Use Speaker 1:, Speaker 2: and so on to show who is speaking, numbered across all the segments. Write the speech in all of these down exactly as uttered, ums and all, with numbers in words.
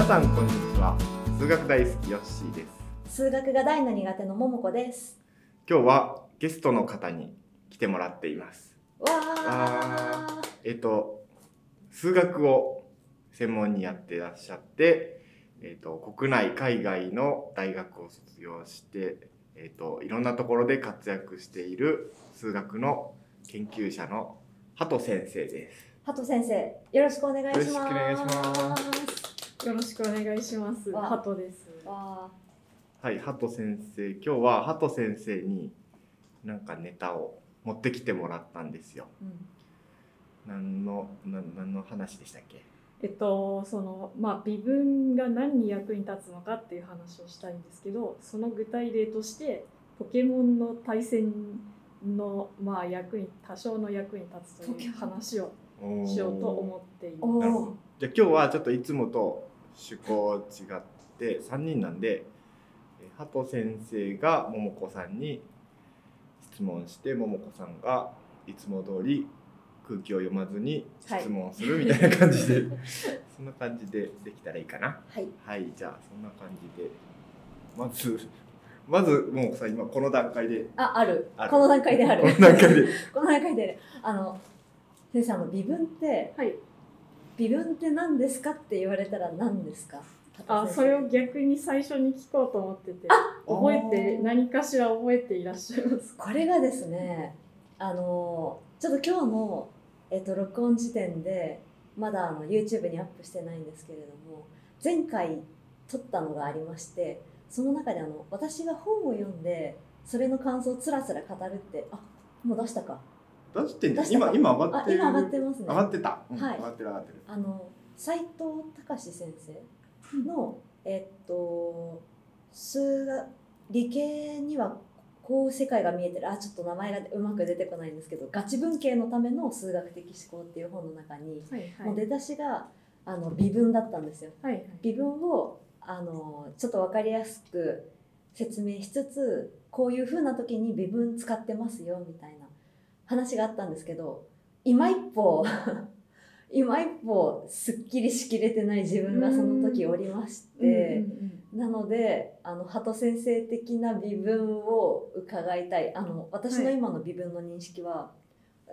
Speaker 1: さんこんにちは。数学大好きヨッシーです。
Speaker 2: 数学が大の苦手のももこです。
Speaker 1: 今日はゲストの方に来てもらっています。
Speaker 2: わー
Speaker 1: えっと数学を専門にやってらっしゃって、えっと国内海外の大学を卒業して、えっといろんなところで活躍している数学の研究者の鳩先生です。
Speaker 2: 鳩先生、よろしくお願いします。
Speaker 1: よろしくお願いします。
Speaker 3: よろしくお願いします。鳩です。
Speaker 2: わ
Speaker 1: はい、鳩先生、今日は鳩先生になんかネタを持ってきてもらったんですよ。
Speaker 2: うん、
Speaker 1: 何のな何の話でしたっけ？
Speaker 3: えっとそのまあ微分が何に役に立つのかっていう話をしたいんですけど、その具体例としてポケモンの対戦のまあ役に多少の役に立つという話をしようと思っています。
Speaker 1: なるほど。じゃあ今日はちょっといつもと趣向違ってさんにんなんで、鳩先生が桃子さんに質問して、桃子さんがいつも通り空気を読まずに質問するみたいな感じで、はい、そんな感じでできたらいいかな。
Speaker 2: はい、
Speaker 1: はい、じゃあそんな感じでまずまず桃子さん今この段階で
Speaker 2: ああるこの段階である
Speaker 1: この段階で
Speaker 2: この段階であの先生、あの微分って、
Speaker 3: はい、
Speaker 2: 微分って何ですかって言われたら何ですか？
Speaker 3: あ、それを逆に最初に聞こうと思ってて、覚えて何かしら覚えていらっしゃいますか？
Speaker 2: これがですね、あのちょっと今日の、えっと、録音時点でまだあの YouTube にアップしてないんですけれども、前回撮ったのがありまして、その中であの私が本を読んでそれの感想をつらつら語るって、あ、もう出したか
Speaker 1: 出してん今今上がってる。
Speaker 2: あ、今上がってますね。
Speaker 1: 上がってた、うん、
Speaker 2: はい、
Speaker 1: 上がってる上がってる。
Speaker 2: あの斉藤隆先生の、うん、えっと数学理系にはこう世界が見えてる、あ、ちょっと名前がうまく出てこないんですけど、ガチ文系のための数学的思考っていう本の中に、はいはい、もう出だしがあの微分だったんですよ。はいはい、微分をあのちょっと分かりやすく説明しつつ、こういう風な時に微分使ってますよみたいな話があったんですけど、今一歩今一歩すっきりしきれてない自分がその時おりまして、なのであの鳩先生的な微分を伺いたい。あの私の今の微分の認識は、はい、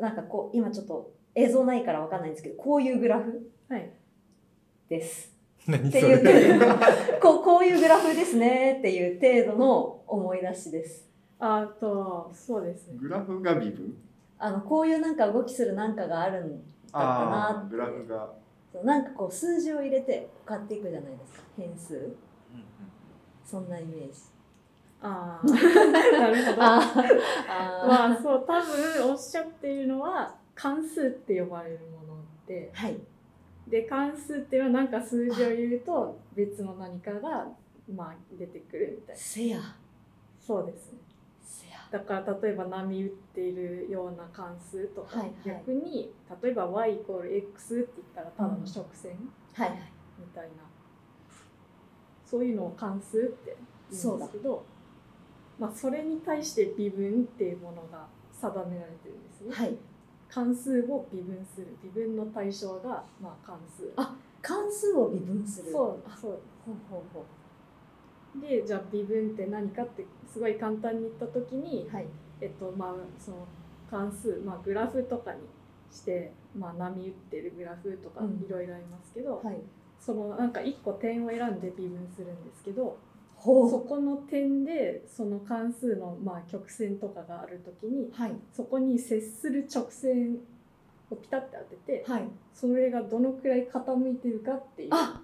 Speaker 2: なんかこう今ちょっと映像ないから分かんないんですけど、こういうグラフです、はい、っていう程度こう、こういうグラフですねっていう程度の思い出しです。
Speaker 3: あとそうですね。
Speaker 1: グラフが微分？
Speaker 2: あのこういうなんか動きするなんかがあるんだったなって。
Speaker 1: グラフが
Speaker 2: なんかこう数字を入れて買っていくじゃないですか、変数、うんうん、そんなイメージ。
Speaker 3: ああなるほど。ああまあそう、多分おっしゃっているのは関数って呼ばれるもので、はい、で関数っていうのは何か数字を入れると別の何かがまあ出てくるみたいな。
Speaker 2: せや。
Speaker 3: そうですね。だから例えば波打っているような関数とか、はいはい、逆に例えば y イコール x って言ったらただの直線、うん、はいはい、みたいな、そういうのを関数って言うんですけど、まあ、それに対して微分っていうものが定められてるんですね、はい、関数を微分する、微分の対象がまあ関数。
Speaker 2: あ、関数を微分する。
Speaker 3: そうそう。ほうほうほう。で、じゃあ微分って何かってすごい簡単に言った時に、はい、えっとまあその関数、まあ、グラフとかにして、まあ、波打ってるグラフとかいろいろありますけど、うん、はい、そのなんかいっこ点を選んで微分するんですけど、そこの点でその関数のまあ曲線とかがある時に、はい、そこに接する直線をピタッて当てて、はい、それがどのくらい傾いてるかっていう。
Speaker 2: あ、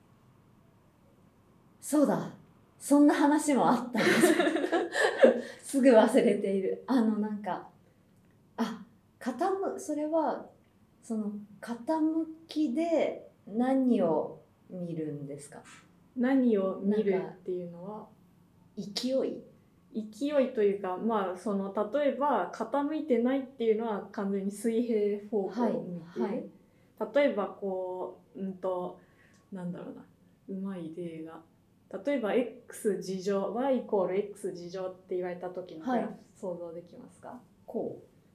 Speaker 2: そうだ、そんな話もあったんですすぐ忘れている。あのなんか、あ、傾む、それはその傾きで何を見るんですか？
Speaker 3: 何を見るっていうのは
Speaker 2: 勢い
Speaker 3: 勢いというか、まあその例えば傾いてないっていうのは完全に水平方向を見ている、はいはい、例えばこううんとなんだろうな、うまい例が、例えば x 次乗 y イコール x 次乗って言われた時のグラフ、はい、想像できますか？
Speaker 2: こう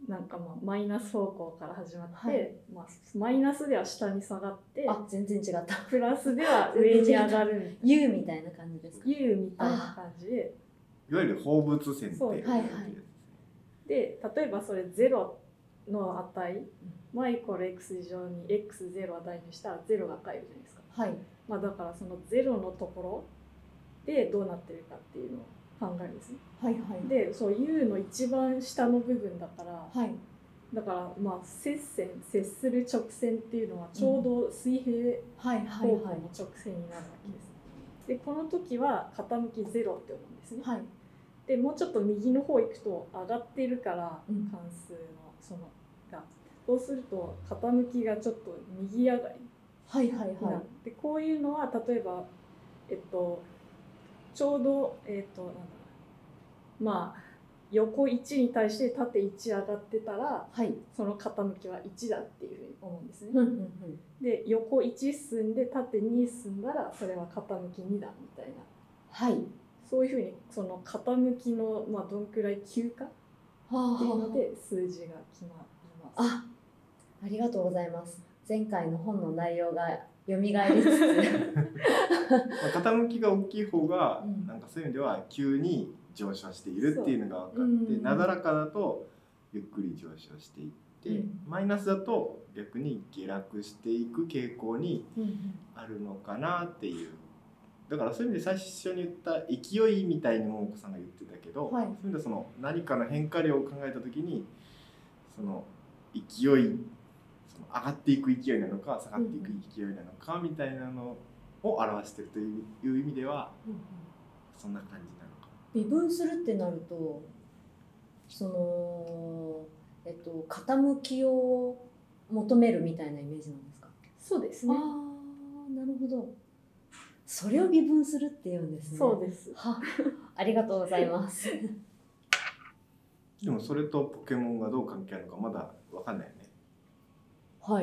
Speaker 3: なんかまあマイナス方向から始まって、
Speaker 2: はい、
Speaker 3: まあ、マイナスでは下に下がって
Speaker 2: あ全然違った
Speaker 3: プラスでは上に上がる
Speaker 2: U みたいな感じですか。
Speaker 3: U みたいな感じで、
Speaker 1: いわゆる放物線って
Speaker 3: そう
Speaker 1: いう
Speaker 2: はいはい
Speaker 3: で例えばそれゼロの値、y イコール x 以上に エックスゼロ を代入したらゼロが返るじゃないですか。
Speaker 2: はい、
Speaker 3: まあ、だからそのゼロのところでどうなってるかっていうのを考えるんですね。
Speaker 2: はいはい
Speaker 3: でそう U の一番下の部分だから、
Speaker 2: はい、
Speaker 3: だからまあ接線接する直線っていうのはちょうど水平
Speaker 2: はいはい
Speaker 3: 方向の直線になるわけです。でこの時は傾きゼロって思うんですね。
Speaker 2: はい、
Speaker 3: でもうちょっと右の方行くと上がってるから
Speaker 2: うん
Speaker 3: 関数のそのがそうすると傾きがちょっと右上がり
Speaker 2: はいはい
Speaker 3: になる。
Speaker 2: はい、
Speaker 3: でこういうのは例えばえっとちょうどえっとなんだろうまあ横いちに対して縦いち上がってたら、
Speaker 2: はい、
Speaker 3: その傾きはいちだっていうふうに思うんですね。
Speaker 2: うんうんうん、
Speaker 3: で横いち進んで縦に進んだらそれは傾きにだみたいな、
Speaker 2: はい、
Speaker 3: そういうふうにその傾きの、まあ、どんくらい急かっていうので数字が決まります。
Speaker 2: あ、ありがとうございます。前回の本の内容が蘇りつつ
Speaker 1: 傾きが大きい方が、
Speaker 2: うん、
Speaker 1: なんかそういう意味では急に上昇しているっていうのが分かって、
Speaker 2: うん、
Speaker 1: なだらかだとゆっくり上昇していって、うん、マイナスだと逆に下落していく傾向にあるのかなっていう。だからそういう意味で最初に言った勢いみたいに桃子さんが言ってたけど、はい、そういう意味ではその何かの変化量を考えた時にその勢いその上がっていく勢いなのか下がっていく勢いなのかみたいなのを表しているという意味では、うん、そんな感じなのか。
Speaker 2: 微分するってなるとその、えっと、傾きを求めるみたいなイメージなんですか。
Speaker 3: そうですね。
Speaker 2: ああ、なるほど。それを微分するっていうんですね。
Speaker 3: そうです。
Speaker 2: は、ありがとうございます。
Speaker 1: でもそれとポケモンがどう関係あるのかまだ分かんないよね。
Speaker 2: はい。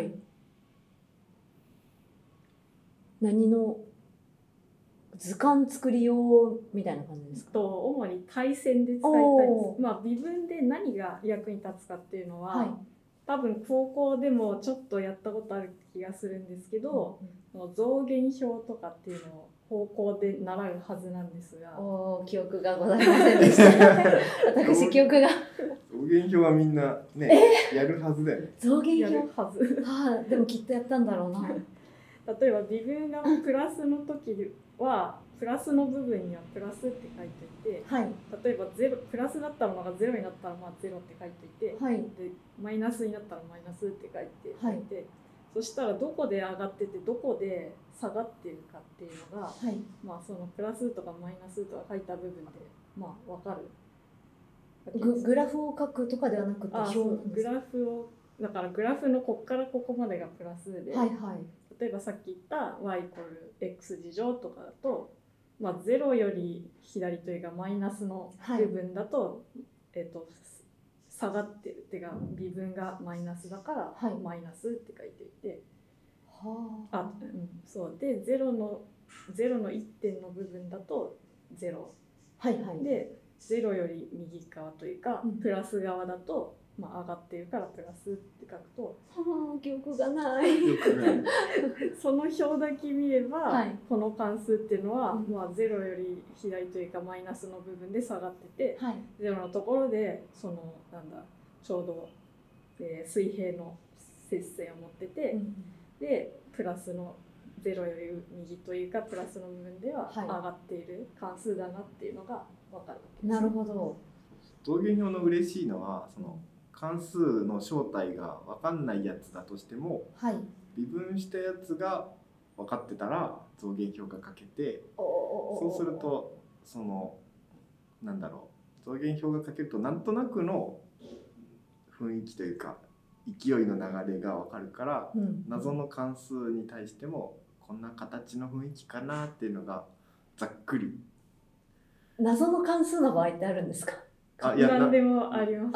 Speaker 2: 何の図鑑作りようみたいな感じですか。
Speaker 3: と主に対戦で使いたいです。まあ微分で何が役に立つかっていうのは、はい、多分高校でもちょっとやったことある気がするんですけど、うんうん、増減表とかっていうのを高校で習うはずなんですが、
Speaker 2: お記憶がございませんでした私記憶が
Speaker 1: 増減表はみんなね、えー、やるはずだよね。
Speaker 2: 増減表
Speaker 3: やるはず
Speaker 2: はあ、でもきっとやったんだろうな
Speaker 3: 例えば微分がプラスの時はプラスの部分にはプラスって書いていて、はい、例えばゼロプラスだったものがゼロになったらまあゼロって書いていて、はい、でマイナスになったらマイナスって書いていて、はい、そしたらどこで上がっててどこで下がってるかっていうのが、はい、まあそのプラスとかマイナスとか書いた部分でまあ分かる。
Speaker 2: グ, グラフを書くとかではなくて
Speaker 3: 表なんです。グラフをだからグラフのこっからここまでがプラスで、はいはい、例えばさっき言った y イコール x 次乗とかだと、まあ、ゼロより左というかマイナスの部分だと、はい、えっと下がってるっていうか微分がマイナスだから、はい、マイナスって書いていて、はあ、あ、うん、そうでゼロのゼロのいってんの部分だとゼロ、はいはい、でゼロより右側というか、うん、プラス側だと、まあ、上がっているからプラスって書くと、
Speaker 2: はあ、記憶がない
Speaker 3: その表だけ見れば、はい、この関数っていうのは、うんまあ、ゼロより左というかマイナスの部分で下がってて、はい、ゼロのところでそのなんだちょうど、えー、水平の接線を持ってて、うん、でプラスのゼロより右というかプラスの部分では上がっている関数だなっていうのが分かるわけです、ね。
Speaker 2: なるほど。
Speaker 1: 増減表の嬉しいのはその関数の正体が分かんないやつだとしても、はい、微分したやつが分かってたら増減表が書けて、そうするとそのなんだろう増減表が書けるとなんとなくの雰囲気というか勢いの流れが分かるから、うん、謎の関数に対してもこんな形の雰囲気かなっていうのがざっくり。
Speaker 2: 謎の関数の場合ってあるんですか？
Speaker 3: あ、いや何でもあります。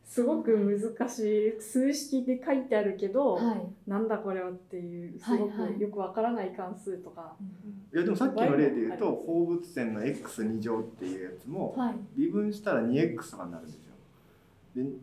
Speaker 3: すごく難しい数式で書いてあるけど、はい、なんだこれはっていうすごくよくわからない関数とか、はいはい、
Speaker 1: いやでもさっきの例で言うと放物線の エックスに 乗っていうやつも、はい、微分したら にエックス とかになるんですよ。で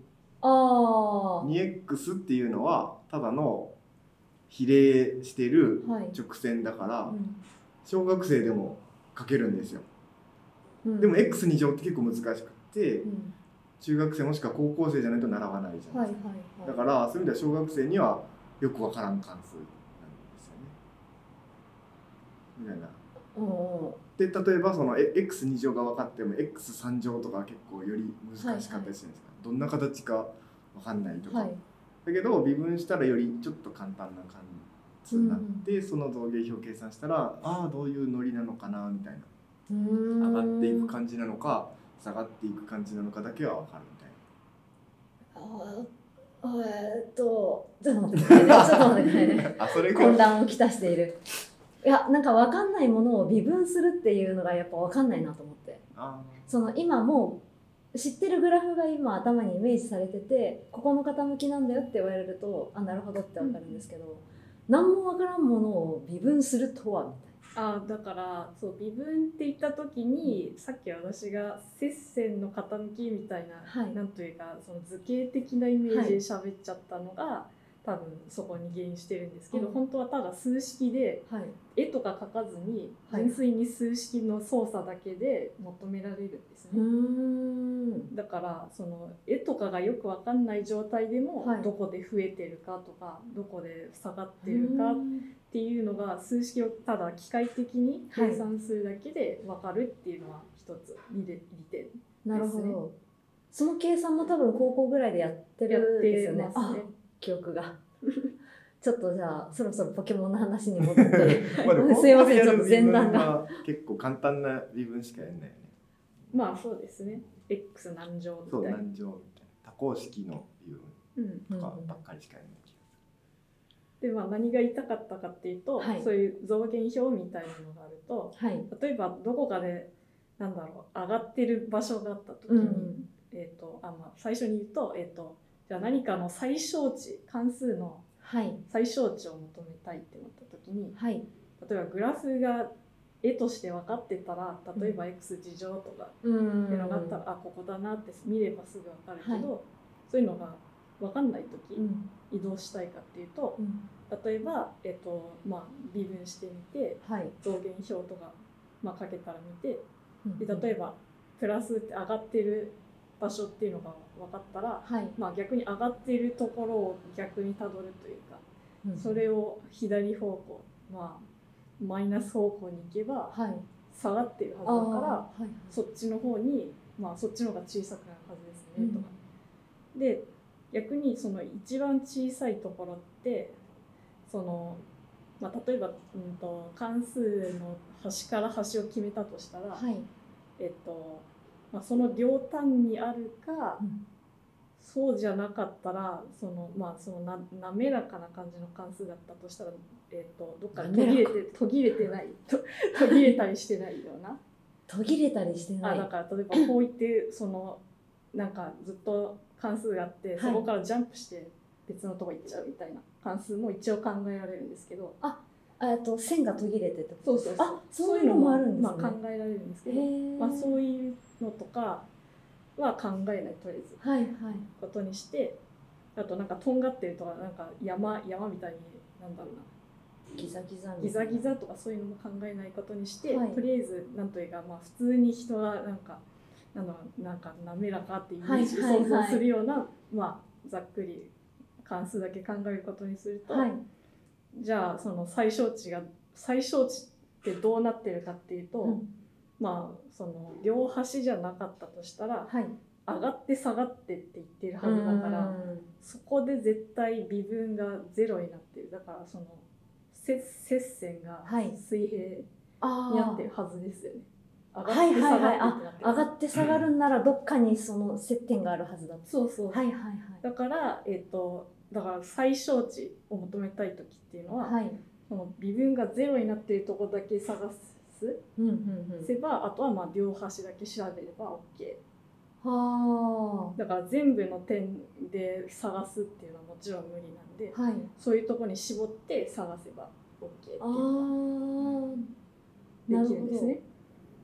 Speaker 2: ああ。
Speaker 1: にエックス っていうのはただの比例してる
Speaker 2: はい
Speaker 1: 直線だから、
Speaker 2: うん
Speaker 1: 小学生でも書けるんですよ。
Speaker 2: うん
Speaker 1: でも エックスに乗って結構難しくて、
Speaker 2: うん
Speaker 1: 中学生もしくは高校生じゃないと習わないじゃないですか。
Speaker 2: はいはいはい。
Speaker 1: だからそういう意味では小学生にはよくわからん関数なんですよね。みたいな。
Speaker 2: うんうん
Speaker 1: で例えばその エックスに 乗が分かっても エックスさん 乗とかは結構より難しかったりするんですか、どんな形か分かんないとか、
Speaker 2: はい。
Speaker 1: だけど微分したらよりちょっと簡単な感じになって、その増減比を計算したらああどういうノリなのかなみたいな、
Speaker 2: うーん
Speaker 1: 上がっていく感じなのか下がっていく感じなのかだけは分かるみたいな。
Speaker 2: あーえーっとちょっと待ってくださいね。ちょっと待ってくださいね。
Speaker 1: あそれが
Speaker 2: 混乱をきたしている。いやなんか分かんないものを微分するっていうのがやっぱ分かんないなと思って。
Speaker 1: あ
Speaker 2: その今もう知ってるグラフが今頭にイメージされてて、ここの傾きなんだよって言われるとあなるほどって分かるんですけど、何も分からんものを微分するとはみたい
Speaker 3: あだからそう微分って言った時に、さっき私が接線の傾きみたいな、
Speaker 2: はい
Speaker 3: なんというかその図形的なイメージで喋っちゃったのが、多分そこに原因してるんですけど、
Speaker 2: うん
Speaker 3: 本当はただ数式で
Speaker 2: な。はい。
Speaker 3: 絵とか描かずに
Speaker 2: はい
Speaker 3: 純粋に数式の操作だけで求められるんです
Speaker 2: うー
Speaker 3: ね。
Speaker 2: ん。
Speaker 3: だからその絵とかがよく分かんない状態でも、
Speaker 2: はい
Speaker 3: どこで増えてるかとかどこで下がってるかっていうのが数式をただ機械的に計算するだけで分かるっていうのは一つ利点ですね。
Speaker 2: なるほど。その計算も多分高校ぐらいでやって
Speaker 3: やっ
Speaker 2: るんですよね。
Speaker 3: てますね。
Speaker 2: あ、記憶が。ちょっとじゃあそろそろポケモンの話に戻って。
Speaker 1: まあでも
Speaker 2: すいません
Speaker 1: 高校でやる
Speaker 2: ちょっと前段が
Speaker 1: 微分は結構簡単な微分しかやんないよね。
Speaker 3: まあそうですね。X 何乗みた
Speaker 1: そう
Speaker 3: いな。
Speaker 1: 何乗みたいな多項式の微分
Speaker 3: うん。
Speaker 1: とかばっかりしかやんない気が
Speaker 3: でまあ何が言いたかったかっていうと、
Speaker 2: はい
Speaker 3: そういう増減表みたいなのがあると、
Speaker 2: はい。
Speaker 3: 例えばどこかでなんだろう上がってる場所があった時に、
Speaker 2: うん。
Speaker 3: えーとあまあ、最初に言うと,、えー、とじゃあ何かの最小値関数の
Speaker 2: はい。
Speaker 3: 最小値を求めたいってなった時に、
Speaker 2: はい。
Speaker 3: 例えばグラフが絵として分かってたら、例えば x 次乗とか
Speaker 2: うん。
Speaker 3: っていうのがあったら、あここだなって見ればすぐ分かるけど、
Speaker 2: はい
Speaker 3: そういうのが分かんない時、
Speaker 2: うん。
Speaker 3: 移動したいかっていうと、
Speaker 2: うん。
Speaker 3: 例えば、えーとまあ、微分してみて
Speaker 2: はい。
Speaker 3: 増減表とか、まあ、かけたら見て、
Speaker 2: うん
Speaker 3: で例えばプラスって上がってる場所っていうのが分かったら、
Speaker 2: はい。
Speaker 3: まあ、逆に上がっているところを逆にたどるというか、
Speaker 2: うん
Speaker 3: それを左方向、まあ、マイナス方向に行けば
Speaker 2: はい。
Speaker 3: 下がってるはずだから、
Speaker 2: はい。
Speaker 3: そっちの方に、まあ、そっちの方が小さくなるはずですね、
Speaker 2: うん
Speaker 3: とか。で逆にその一番小さいところってその、まあ、例えば、うん、と関数の端から端を決めたとしたら、
Speaker 2: はい。
Speaker 3: えっとまあ、その両端にあるか、
Speaker 2: うん
Speaker 3: そうじゃなかったらその、まあ、そのな滑らかな感じの関数だったとしたら、えっとどっかで途切れて途切れてないと途切れたりしてないような
Speaker 2: 途切れたりしてない。
Speaker 3: あだから例えばこう言ってそのなんかずっと関数があって、
Speaker 2: はい
Speaker 3: そこからジャンプして別のとこ行っちゃうみたいな関数も一応考えられるんですけど、
Speaker 2: えっと線が途切れてってことですか。
Speaker 3: そうそうそう
Speaker 2: あ、そういうのもあるんですね。
Speaker 3: まあ、考えられるんですけど、
Speaker 2: へー
Speaker 3: まあ、そういうのとかは考えないとりあえず
Speaker 2: はいはい。
Speaker 3: ことにして、あとなんかとんがってるとかなんか山山みたいになんだろうな
Speaker 2: ギザギザ
Speaker 3: ギザギザとかそういうのも考えないことにして、
Speaker 2: はい
Speaker 3: とりあえずなんというか、まあ、普通に人がなんかなんだろうなんか滑らかっていうイメージで
Speaker 2: はいはいはい
Speaker 3: 想像するような、まあ、ざっくり関数だけ考えることにすると、
Speaker 2: はい。
Speaker 3: じゃあその最小値が最小値ってどうなってるかっていうと、
Speaker 2: うん
Speaker 3: まあその両端じゃなかったとしたら
Speaker 2: はい。
Speaker 3: 上がって下がってって言ってるはずだから、
Speaker 2: うん
Speaker 3: そこで絶対微分がゼロになってる。だからその接接線が
Speaker 2: はい
Speaker 3: 水平
Speaker 2: あ
Speaker 3: になってるはずですよね。上が
Speaker 2: はい
Speaker 3: って下
Speaker 2: はいはい。あ
Speaker 3: がってってなって、る
Speaker 2: 上がって下がるんならどっかにその接点があるはずだと。
Speaker 3: そうそう、
Speaker 2: はいはい
Speaker 3: だからえっ、とだから最小値を求めたい時っていうのは、
Speaker 2: はい。はい。
Speaker 3: その微分がゼロになっているところだけ探す
Speaker 2: うんうんうん。
Speaker 3: せば、あとはまあ両端だけ調べれば OK。
Speaker 2: は
Speaker 3: だから全部の点で探すっていうのはもちろん無理なんで、
Speaker 2: あ。はい。
Speaker 3: そういうところに絞って探せば OK っていう
Speaker 2: あ
Speaker 3: の
Speaker 2: あ。
Speaker 3: ができるんですね。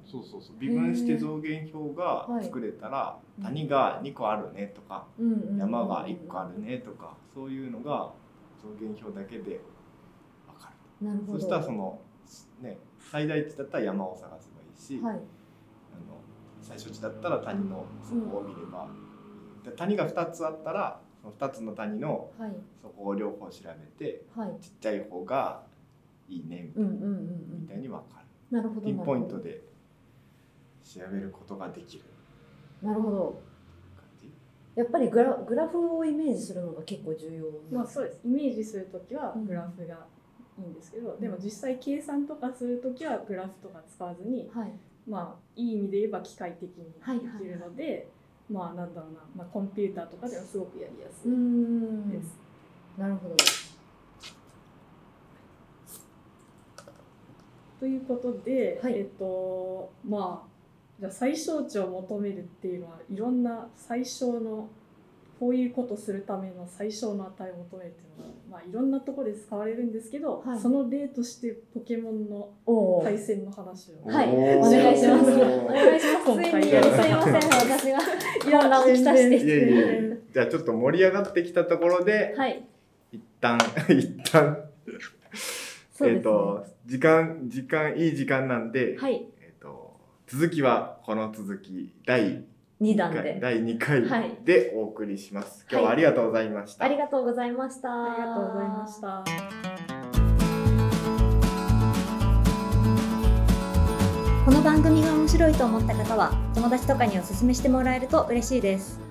Speaker 1: そうそうそう、微分して増減表が作れたら、はい、谷がにこあるねとか、うん、山がいっこあるねとか、そういうのが増減表だけで分かる。なるほど。そしたらそのね、最大値だったら山を探せばいいし、はい、あの最小値だったら谷の底を見れば、うん、で谷がふたつあったらそのふたつの谷の底を両方調べて、はい、ちっちゃい方がいいねみたいみたいに分かる。なるほど。ピンポイントで調べることができる。
Speaker 2: なるほど。やっぱりグラ、グラフをイメージするのが結構重要。
Speaker 3: まあそうです。イメージするときはグラフがいいんですけど、うん、でも実際計算とかするときはグラフとか使わずに、はい、まあいい意味で言えば機械的にできるので、はいはいはい、まあなんだろうな、まあ、コンピューターとかではすごくやりやすいです。
Speaker 2: なるほど。
Speaker 3: ということで、はい、えっとまあじゃあ最小値を求めるっていうのはいろんな最小のこういうことするための最小の値を求めるっていうのは、まあ、いろんなところで使われるんですけど、はい、その例としてポケモンの対戦の話を
Speaker 2: はいお願いしますお願いします。ついにすいません私が混乱をきたして
Speaker 1: いやいやいやじゃあちょっと盛り上がってきたところで、はい、一旦一旦えっと時間時間いい時間なんで、はい、えっと続きはこの続き第
Speaker 2: にだんで
Speaker 1: だいにかいでお送りします。はい、今日はありがとうございました。
Speaker 2: ありがとうございました。
Speaker 3: ありがとうございました。
Speaker 2: この番組が面白いと思った方は友達とかにお勧めしてもらえると嬉しいです。